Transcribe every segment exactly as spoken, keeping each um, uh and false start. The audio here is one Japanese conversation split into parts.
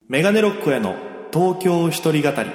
メガネロックへの東京一人語り。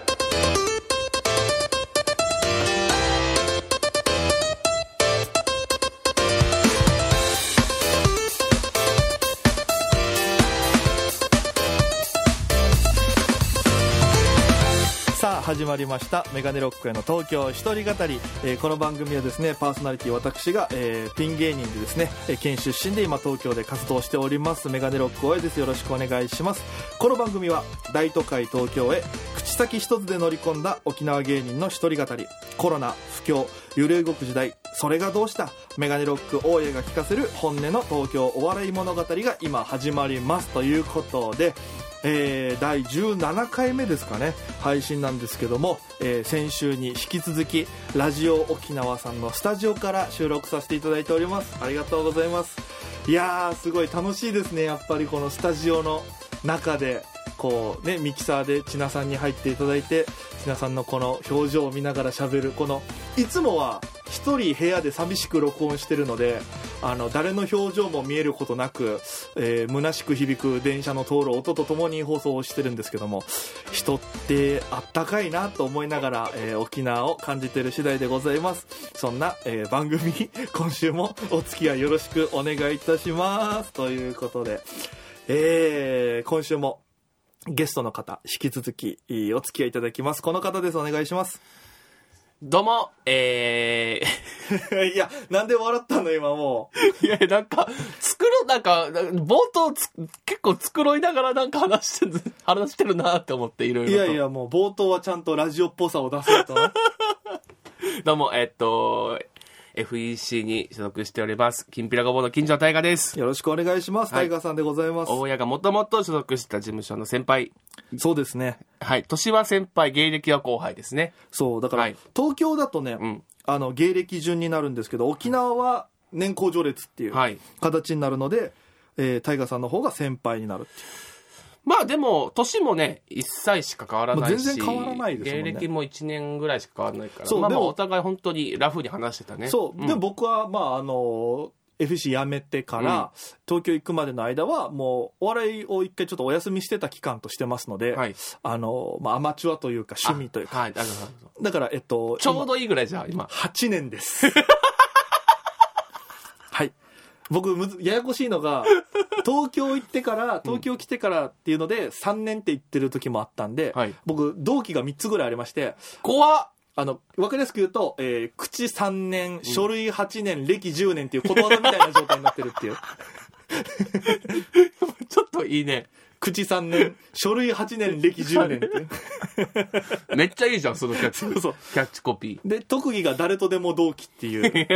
さあ始まりましたメガネロックへの東京一人語り、えー、この番組はですねパーソナリティ私が、えー、ピン芸人でですね県出身で今東京で活動しておりますメガネロック大江です。よろしくお願いします。この番組は大都会東京へ口先一つで乗り込んだ沖縄芸人の一人語り、コロナ不況揺れ動く時代、それがどうしたメガネロック大江が聞かせる本音の東京お笑い物語が今始まりますということで、えー、だいじゅうななかいめですかね配信なんですけども、えー、先週に引き続きラジオ沖縄さんのスタジオから収録させていただいております。ありがとうございます。いやーすごい楽しいですね。やっぱりこのスタジオの中でこうねミキサーで千奈さんに入っていただいて、千奈さんのこの表情を見ながら喋る、このいつもは一人部屋で寂しく録音してるので、あの誰の表情も見えることなく、えー、虚しく響く電車の通る音とともに放送をしてるんですけども、人ってあったかいなと思いながら、えー、沖縄を感じている次第でございます。そんな、えー、番組に今週もお付き合いよろしくお願いいたしますということで、えー、今週もゲストの方引き続きお付き合いいただきます。この方です。お願いします。 どうも、えー、いや、なんで笑ったの今もう。いや、なんか、作ろ、なんか、冒頭つ、結構繕いながらなんか話してる、話してるなって思って、いろいろと。 いやいや、もう冒頭はちゃんとラジオっぽさを出そうと。 どうも、えー、っと、エフイーシー に所属しております。きんぴらごぼうの金城大河です。 よろしくお願いします。大河さんでございます。 大家がもともと所属した事務所の先輩。 そうですね。 はい。年は先輩、芸歴は後輩ですね。 そう、だから、はい、東京だとね、うん、あの、芸歴順になるんですけど、沖縄は年功序列っていう形になるので、はい、えー、大河さんの方が先輩になるっていう。 まあでも、年もね、いっさいしか変わらないし、 全然変わらないですもんね。 芸歴もいちねんぐらいしか変わらないから、そう、まあ、まあお互い本当にラフに話してたね。 そう、うん、で僕は、まあ、あの、エフシー 辞めてから、うん、東京行くまでの間は、もう、お笑いを一回ちょっとお休みしてた期間としてますので、はい、あの、まあ、アマチュアというか、趣味というか。はい、だから、えっと、 ちょうどいいぐらいじゃん、今。 はちねんです。はい。僕むずややこしいのが東京行ってから東京来てからっていうのでさんねんって言ってる時もあったんで、はい、僕同期がみっつぐらいありまして、 怖っ、 あの分かりやすく言うと、えー、口さんねん、書類はちねん、歴じゅうねんっていうことわざみたいな状態になってるっていうちょっといいね。 口さんねん、書類はちねん、歴じゅうねんってめっちゃいいじゃんそのキャッチそうそうキャッチコピーで、特技が誰とでも同期っていう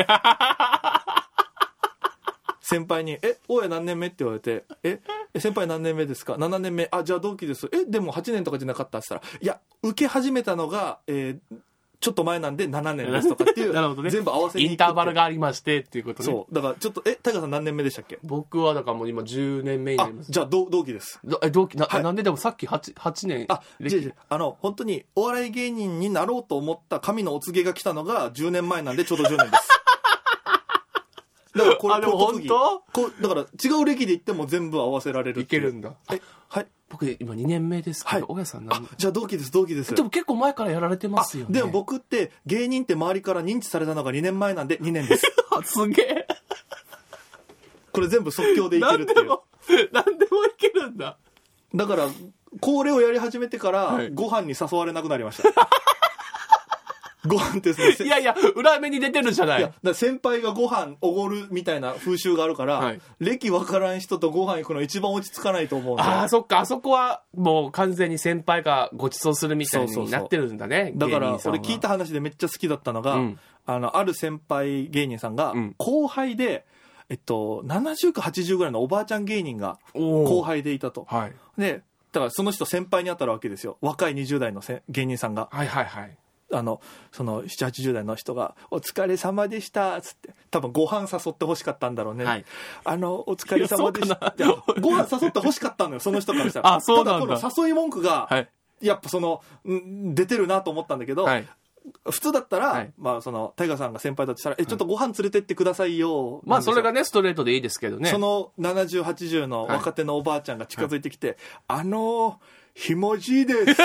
先輩に、え、大家何年目って言われて、え、先輩何年目ですか？ なな 年目。あ、じゃあ同期です。え、でもはちねんとかじゃなかったって言ったら、いや、受け始めたのが、えー、ちょっと前なんでななねんですとかっていう、 なるほどね、 全部合わせにインターバルがありましてっていうことね。 そう。だからちょっと、え、大河さん何年目でしたっけ？ 僕はだからもう今じゅうねんめになります。 あ、じゃあ同同期です。 え、同期な、はい、なんででもさっき 8, 8年。 あ、じゃあ、あの、本当にお笑い芸人になろうと思った神のお告げが来たのがじゅうねんまえなんでちょうどじゅうねんです。だからこれ、 あ、でも本当？ こだから違う歴で言っても全部合わせられる。 いけるんだ。 え、はい。 僕今にねんめですけど、はい、大家さん何？ あ、じゃあ同期です、同期です。 でも結構前からやられてますよね。 でも僕って芸人って周りから認知されたのがにねんまえなんでにねんです。 すげえ。 これ全部即興でいけるっていう。 何でも、何でもいけるんだ。 だから、これをやり始めてから、はい、ご飯に誘われなくなりました。ご飯ってですね。 いやいや、裏目に出てるじゃない。いや、 だ先輩がご飯おごるみたいな風習があるから、はい、歴わからん人とご飯行くの一番落ち着かないと思うんで。 ああ、そっか、あそこはもう完全に先輩がご馳走するみたいになってるんだね。 そうそうそう。だから、俺聞いた話でめっちゃ好きだったのが、うん、あの、ある先輩芸人さんが、うん、後輩で、えっと、ななじゅうかはちじゅうぐらいのおばあちゃん芸人が後輩でいたと。はい。で、だからその人先輩に当たるわけですよ。若いにじゅう代のせ芸人さんが。 はいはいはい。 あのそのななじゅう、はちじゅう代の人がお疲れ様でしたつって多分ご飯誘ってほしかったんだろうね、はい、あのお疲れ様でしたご飯誘ってほしかったのよその人からしたら。 あ、そうなんだ。 ただこの誘い文句が、はい、やっぱその出てるなと思ったんだけど、はい、 普通だったら、 はい、 まあそのタイガーさんが先輩だとしたら、えちょっとご飯連れてってくださいよ、 まあそれがねストレートでいいですけどね。 そのななじゅうはちじゅうの若手のおばあちゃんが近づいてきて、はい、あのひもじいです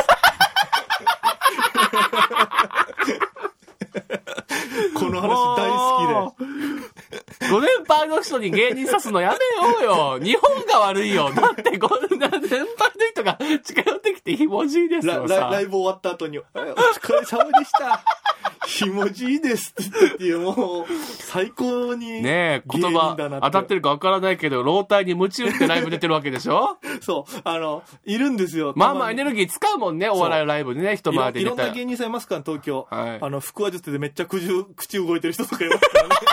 この話大好きでご年配の人に芸人さすのやめようよ。日本が悪いよ。だってご年配の人が近寄ってきてひもじいですよさ。 ラ, ライブ終わった後にお疲れ様でしたひもじいですって言ってっていう、もう最高にねえ、言葉当たってるか分からないけど老体に夢中ってライブ出てるわけでしょそうあのいるんですよ。 まあまあエネルギー使うもんね、お笑いライブでね、人前で出たらい, ろいろんな芸人さんいますから東京、 はい、 あの腹話術でめっちゃ口口動いてる人とかいますからね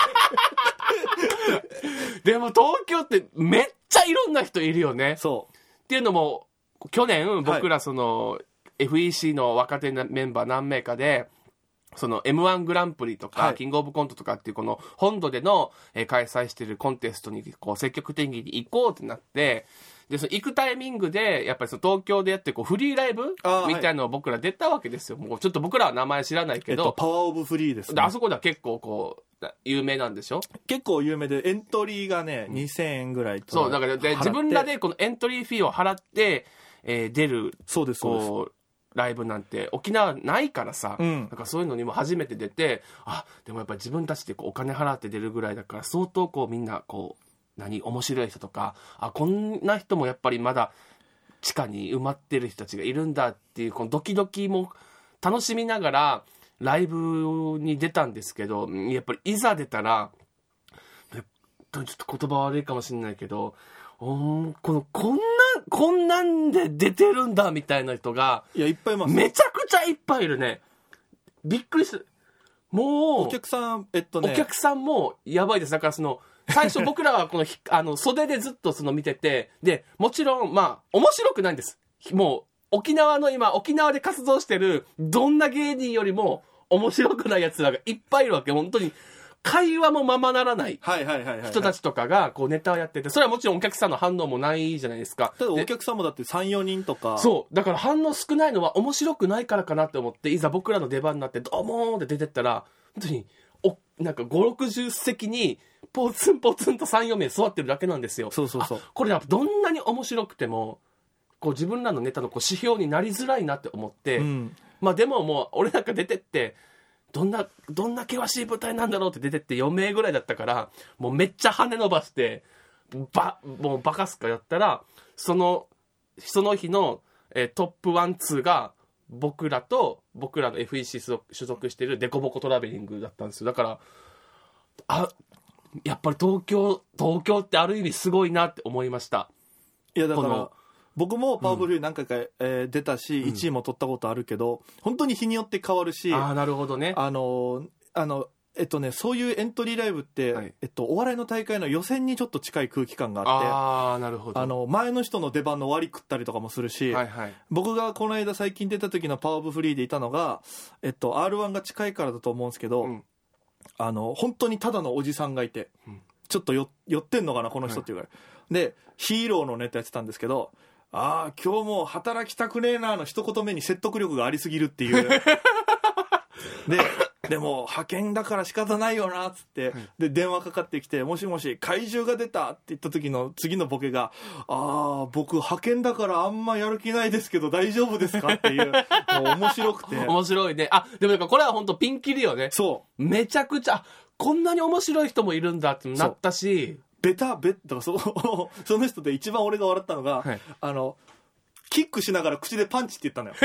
でも東京ってめっちゃいろんな人いるよね。 そうっていうのも去年僕らその、はい、エフイーシー の若手メンバー何名かでその エムワン グランプリとか、はい、キングオブコントとかっていうこの本土での、えー、開催しているコンテストにこう積極的に行こうってなって、でその行くタイミングでやっぱりその東京でやってこうフリーライブみたいなのを僕ら出たわけですよ。もうちょっと僕らは名前知らないけど、 えっと、パワーオブフリーですね。 あそこでは結構こう有名なんでしょ。結構有名でエントリーがねにせんえんぐらいと、 そうだからで自分らでこのエントリーフィーを払って、えー、出るそうですそうですこうライブなんて沖縄ないからさ、 うん、 なんかそういうのにも初めて出て、あでもやっぱり自分たちでこうお金払って出るぐらいだから相当こうみんなこう何面白い人とか、あこんな人もやっぱりまだ地下に埋まってる人たちがいるんだっていうこのドキドキも楽しみながらライブに出たんですけど、やっぱりいざ出たらちょっと言葉悪いかもしれないけど、おこのこんなこんなんで出てるんだみたいな人がいやいっぱいいます。 めちゃくちゃいっぱいいるね。びっくりする。もうお客さんえっとねお客さんもやばいです。だからその最初僕らはこのあの袖でずっとその見てて、でもちろんまあ面白くないんです。もう沖縄の今沖縄で活動してるどんな芸人よりも面白くないやつらがいっぱいいるわけ。本当に会話もままならない人たちとかがこうネタをやってて、それはもちろんお客さんの反応もないじゃないですか。 ただお客さんもだってさん、よにんとか。 そうだから反応少ないのは面白くないからかなって思って、いざ僕らの出番になってどうもーって出てったら本当におなんかご、ろくじゅっ席にポツンポツンとさん、よんめい座ってるだけなんですよ。 そうそうそう。 これやっぱどんなに面白くてもこう自分らのネタのこう指標になりづらいなって思って、 うん、まあでももう俺なんか出てってどんなどんな険しい舞台なんだろうって出てってよんめいぐらいだったから、もうめっちゃ羽伸ばしてばもうバカすかやったら、そのその日の、えー、トップワンツーが僕らと僕らの エフイーシー 所属してるデコボコトラベリングだったんですよ。だからあやっぱり東京東京ってある意味すごいなって思いました。 いやだから僕もパワフル何回か、うんえー、出たし、いちいも取ったことあるけど、本当に日によって変わるし、 あなるほどね。 あのあのえっとねそういうエントリーライブって、はいえっと、お笑いの大会の予選にちょっと近い空気感があって、 あなるほど。 あの前の人の出番の終わり食ったりとかもするし、 はいはい、 僕がこの間最近出た時のパワーオブフリーでいたのが、えっと、アールワン が近いからだと思うんですけど、うん、あの本当にただのおじさんがいて、うん、ちょっとよ寄ってんのかなこの人っていうぐらい、はい、でヒーローのネタやってたんですけど、ああ今日も働きたくねえなの一言目に説得力がありすぎるっていうででも派遣だから仕方ないよなっつって、で電話かかってきて、もしもし怪獣が出たって言った時の次のボケが、ああ僕派遣だからあんまやる気ないですけど大丈夫ですかっていうもう面白くて面白いね。あでもなんかこれは本当ピンキリよね。 そうめちゃくちゃこんなに面白い人もいるんだってなったし、 ベタベタそその人で一番俺が笑ったのが、はい、あのキックしながら口でパンチって言ったのよ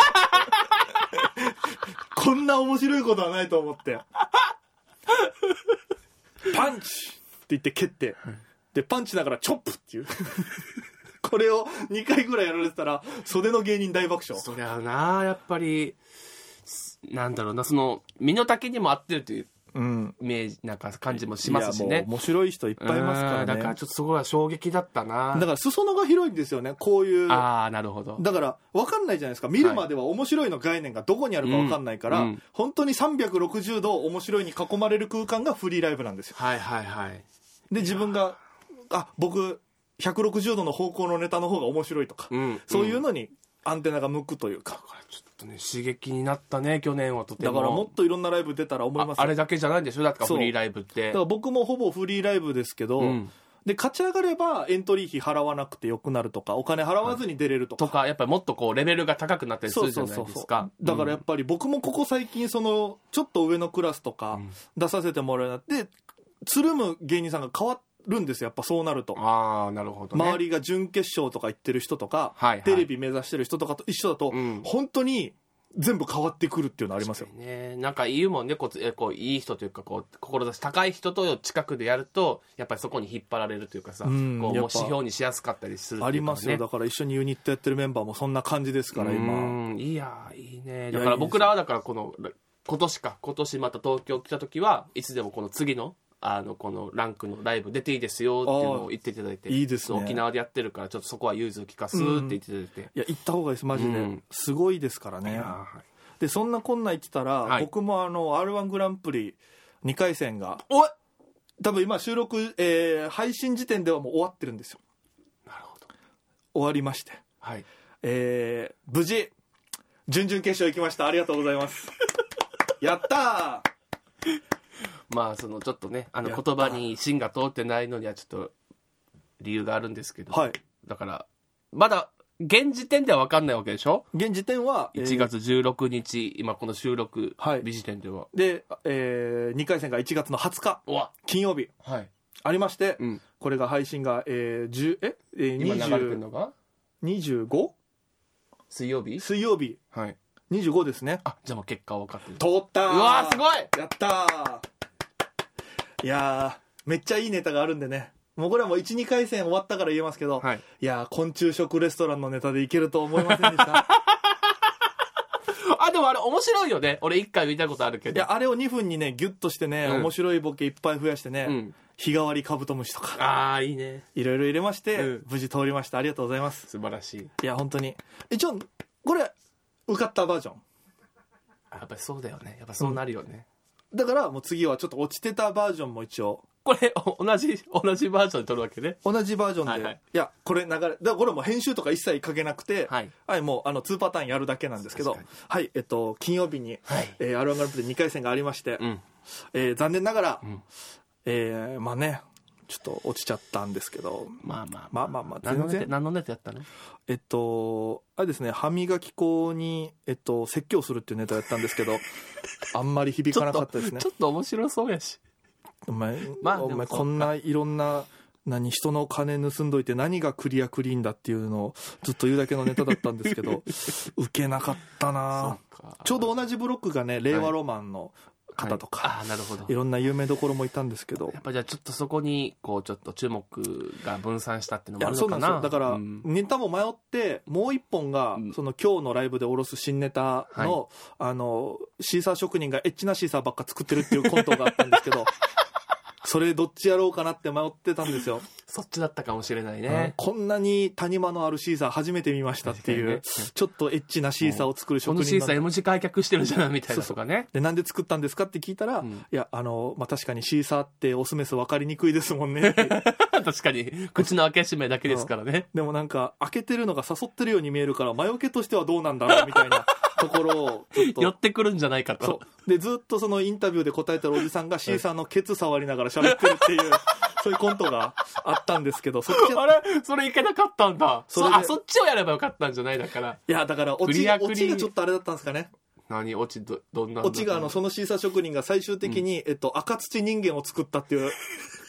こんな面白いことはないと思ってパンチって言って蹴って、はい、でパンチながらチョップっていうこれをにかいぐらいやられてたら袖の芸人大爆笑。 そりゃなやっぱりなんだろうな、その身の丈にも合ってるといううん、イメージなんか感じもしますしね。 いやもう面白い人いっぱいいますからね。 だからちょっとそこは衝撃だったな。 だから裾野が広いんですよねこういう。 ああなるほど。 だから分かんないじゃないですか、見るまでは面白いの概念がどこにあるか分かんないから、はいうん、本当にさんびゃくろくじゅうど面白いに囲まれる空間がフリーライブなんですよ。 はいはいはい。 で自分があ僕ひゃくろくじゅうどの方向のネタの方が面白いとか、うん、そういうのにアンテナが向くというか。 だからちょっとね刺激になったね去年はとても。 だからもっといろんなライブ出たら思いますよ。 あ, あれだけじゃないんでしょだからフリーライブってだから僕もほぼフリーライブですけど、うん、で勝ち上がればエントリー費払わなくてよくなるとかお金払わずに出れるとか、 はい、とかやっぱりもっとこうレベルが高くなったりするじゃないですか。そうそうそうそう。 だからやっぱり僕もここ最近そのちょっと上のクラスとか出させてもらうようになって、つるむ芸人さんが変わるんですよやっぱそうなると。 ああなるほど、ね、 周りが準決勝とか行ってる人とか、はいはい、テレビ目指してる人とかと一緒だと、うん、本当に全部変わってくるっていうのありますよね。なんか言うもんねこうこういい人というかこう志高い人と近くでやるとやっぱりそこに引っ張られるというかさ、うん、こうもう指標にしやすかったりするっていうか、ね、 ありますよ。だから一緒にユニットやってるメンバーもそんな感じですから今。 うんいやいいね。だから僕らはだからこの今年か今年また東京来た時はいつでもこの次のあのこのランクのライブ出ていいですよっていうのを言っていただいて。 いいですね。 沖縄でやってるからちょっとそこは融通聞かすって言っていただいて、うん、 いや行った方がいいですマジで、うん、すごいですからね。でそんなこんな言ってたら、はい、僕もあの アールワン グランプリにかい戦がおい多分今収録、えー、配信時点ではもう終わってるんですよ。 なるほど。 終わりまして、 はいえー、無事準々決勝行きました。ありがとうございますやったーまあそのちょっとねあの言葉に芯が通ってないのにはちょっと理由があるんですけど、 はい、 だからまだ現時点では分かんないわけでしょ。 現時点は、 えー、いちがつじゅうろくにち今この収録日時点では、 で、えー、にかい戦がいちがつのはつか金曜日、 はい、 ありまして、 うん、 これが配信が、えー、じゅうええー、 今流れてるのがにじゅうご? 水曜日水曜日、 はい、 にじゅうごですね。 あじゃあもう結果は分かってる。 通ったー。 うわーすごいやったー。いやーめっちゃいいネタがあるんでね、もうこれはもういち、にかい戦終わったから言えますけど、 はい、いやー昆虫食レストランのネタでいけると思いませんでしたあでもあれ面白いよね。俺いっかい見たことあるけど、 いやあれをにふんにねギュッとしてね、うん、面白いボケいっぱい増やしてね、うん、日替わりカブトムシとかあーいいねいろいろ入れまして、うん、無事通りました。ありがとうございます。 素晴らしい。 いや本当に一応これ受かったバージョン。 やっぱりそうだよね。やっぱそうなるよね、 うん、だからもう次はちょっと落ちてたバージョンも一応これ同じ同じバージョンで撮るわけね。 同じバージョンで、 はいはい、 いやこれ流れだからこれも編集とか一切かけなくて、 はい、 はい、もうあのにパターンやるだけなんですけど、はいえっと金曜日に、 はいえー、アールワン グランプリにかい戦がありまして、 うんえー、残念ながら、 うんえー、まあねちょっと落ちちゃったんですけど、 まあまあまあまあまあ全然何のネタやったの？ えっとあれですね歯磨き粉にえっと説教するっていうネタやったんですけどあんまり響かなかったですね。 ちょっと面白そうやし。 お前、まあ、お前こんないろんな何人の金盗んどいて何がクリアクリーンだっていうのをずっと言うだけのネタだったんですけど受けなかったな。ちょうど同じブロックがね令和ロマンの方とか、 はいはい、あなるほど。 いろんな有名どころもいたんですけど、 やっぱじゃあちょっとそこにこうちょっと注目が分散したっていうのもあるのかな。 いやそうなんですよ。だから、うん、ネタも迷ってもう一本が、うん、その今日のライブで下ろす新ネタの、はい、あのシーサー職人がエッチなシーサーばっか作ってるっていうコントがあったんですけどそれどっちやろうかなって迷ってたんですよ。 そっちだったかもしれないね、 うん、こんなに谷間のあるシーサー初めて見ましたっていう、ね、ちょっとエッチなシーサーを作る職人、 このシーサー M 字開脚してるじゃんみたいなとかね。 そうそうでなんで作ったんですかって聞いたら、うん、いやあの、まあ、確かにシーサーってオスメス分かりにくいですもんねって確かに口の開け閉めだけですからね、 うん、でもなんか開けてるのが誘ってるように見えるから魔除けとしてはどうなんだろうみたいなところをちょっと寄ってくるんじゃないかと。 そうでずっとそのインタビューで答えてるおじさんがシーサーのケツ触りながら喋ってるっていうそういうコントがあったんですけど、そっちあれそれいけなかったんだ。そあそっちをやればよかったんじゃないだから。 いやだからオチがちょっとあれだったんですかね。 何オチ ど, どんなオチがあのそのシーサー職人が最終的に、うんえっと、赤土人間を作ったっていう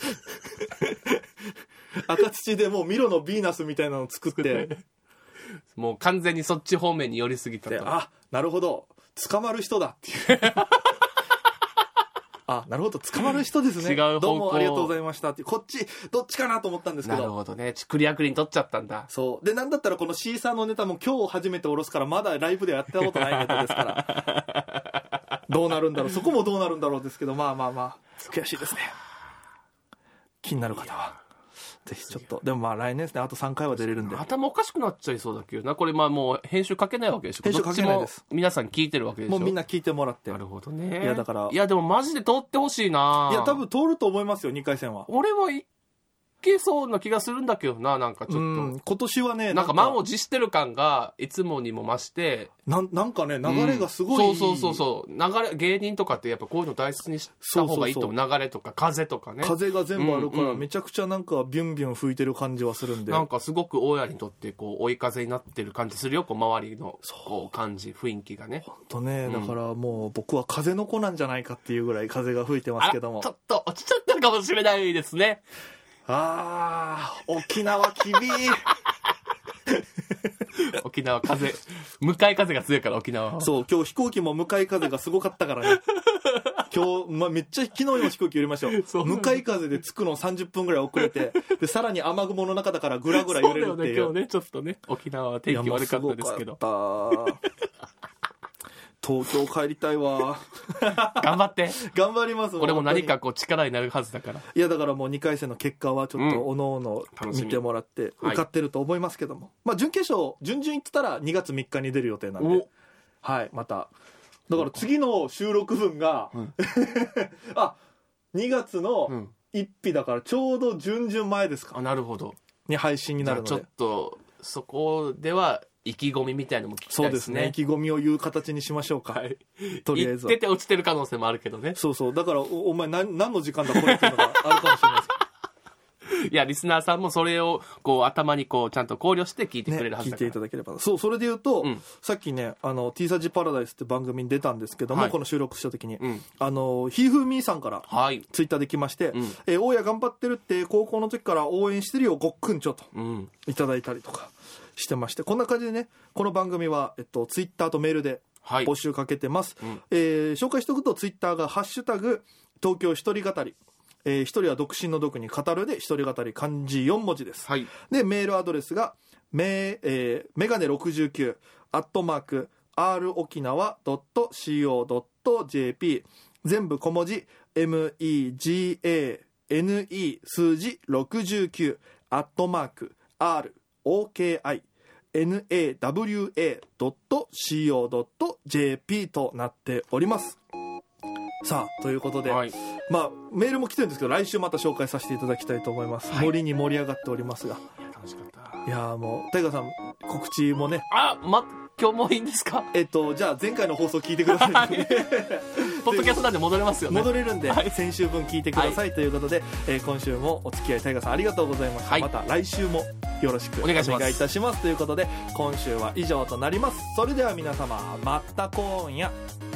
赤土でもうミロのヴィーナスみたいなのを作ってもう完全にそっち方面に寄りすぎたと。 あなるほど捕まる人だっていうあなるほど捕まる人ですね。 違う方向どうもありがとうございましたってこっちどっちかなと思ったんですけど。 なるほどねクリアクリに取っちゃったんだ。 そうでなんだったらこのシーサーのネタも今日初めて下ろすからまだライブでやったことないネタですからどうなるんだろうそこもどうなるんだろうですけどまあまあまあ悔しいですね。気になる方はぜひちょっとでもまあ来年ですねあとさんかいは出れるんで頭おかしくなっちゃいそうだけどなこれまあもう編集かけないわけでしょ。 編集かけないです。 皆さん聞いてるわけでしょ。 もうみんな聞いてもらって。 なるほどね。 いやだからいやでもマジで通ってほしいな。 いや多分通ると思いますよにかい戦は。 俺はいけそうな気がするんだけどな、なんかちょっと。 うん今年はねなんか満を持してる感がいつもにも増して、 なんなんかね流れがすごい、 うん、そうそうそうそう流れ、芸人とかってやっぱこういうの大切にした方がいいと思う。流れとか風とかね、 風が全部あるから、 うんうん、 めちゃくちゃなんかビュンビュン吹いてる感じはするんで、 なんかすごく大家にとってこう追い風になってる感じするよ、こう周りのこう感じ雰囲気がね。 ほんとね、 うん、 だからもう僕は風の子なんじゃないかっていうぐらい風が吹いてますけども、 ちょっと落ちちゃったかもしれないですね。 あー沖縄きび沖縄風向かい風が強いから、沖縄は。 そう今日飛行機も向かい風がすごかったからね今日、まあ、めっちゃ昨日よりも飛行機寄りましょう。向かい風で着くのさんじゅっぷんぐらい遅れて、でさらに雨雲の中だからぐらぐら揺れるっていう。 そうだよね、今日ねちょっとね沖縄は天気悪かったですけど。 東京帰りたいわ頑張って頑張ります。 俺も何かこう力になるはずだから。 いやだからもうにかい戦の結果はちょっとおのおの見てもらって受かってると思いますけども、はい、まあ準決勝準々行ってたらにがつみっかに出る予定なんで、はいまただから次の収録分が、うん、あにがつのいちにちだからちょうど準々前ですか。 あなるほど。 に配信になるので、 ちょっとそこでは意気込みみたいなのも聞きたいですね。 そうですね、意気込みを言う形にしましょうか、はい、とりあえずは。 言ってて落ちてる可能性もあるけどね。 そうそうだから お, お前 何, 何の時間だこれっていうのがあるかもしれないですいやリスナーさんもそれをこう頭にこうちゃんと考慮して聞いてくれるはずだから、ね、聞いていただければ。そうそれで言うと、うん、さっきねあの T サージパラダイスって番組に出たんですけども、はい、この収録した時に、うん、あのひーふーみーさんからツイッターできまして、はいうんえー、大家頑張ってるって高校の時から応援してるよごっくんちょと、うん、いただいたりとかしてまして、こんな感じでねこの番組は、えっと、ツイッターとメールで募集かけてます、はいうんえー、紹介しておくとツイッターがハッシュタグ東京一人語り、えー、一人は独身の独に語るで一人語り漢字よん文字です、はい、でメールアドレスがメ、えー、メガネろくじゅうきゅうアットマーク アール 沖縄 ドット シーオー ドット ジェーピー 全部小文字 メガネ 数字ろくじゅうきゅうアットマーク アール オーケーアイエヌエーダブリューエー ドット シーオー ドット ジェーピー となっております。さあということで、はい、まあメールも来てるんですけど来週また紹介させていただきたいと思います、はい、森に盛り上がっておりますが、いや楽しかった。 いやもうタイガーさん告知もねあま今日もいいんですか。 えっとじゃあ前回の放送聞いてください、はい、 ポッドキャストなんで戻れますよね。 戻れるんで、はい、先週分聞いてください、はい、ということで、えー、今週もお付き合いタイガーさんありがとうございました、はい、また来週もよろしくお願いします。お願いいたしますということで今週は以上となります。それでは皆様また今夜。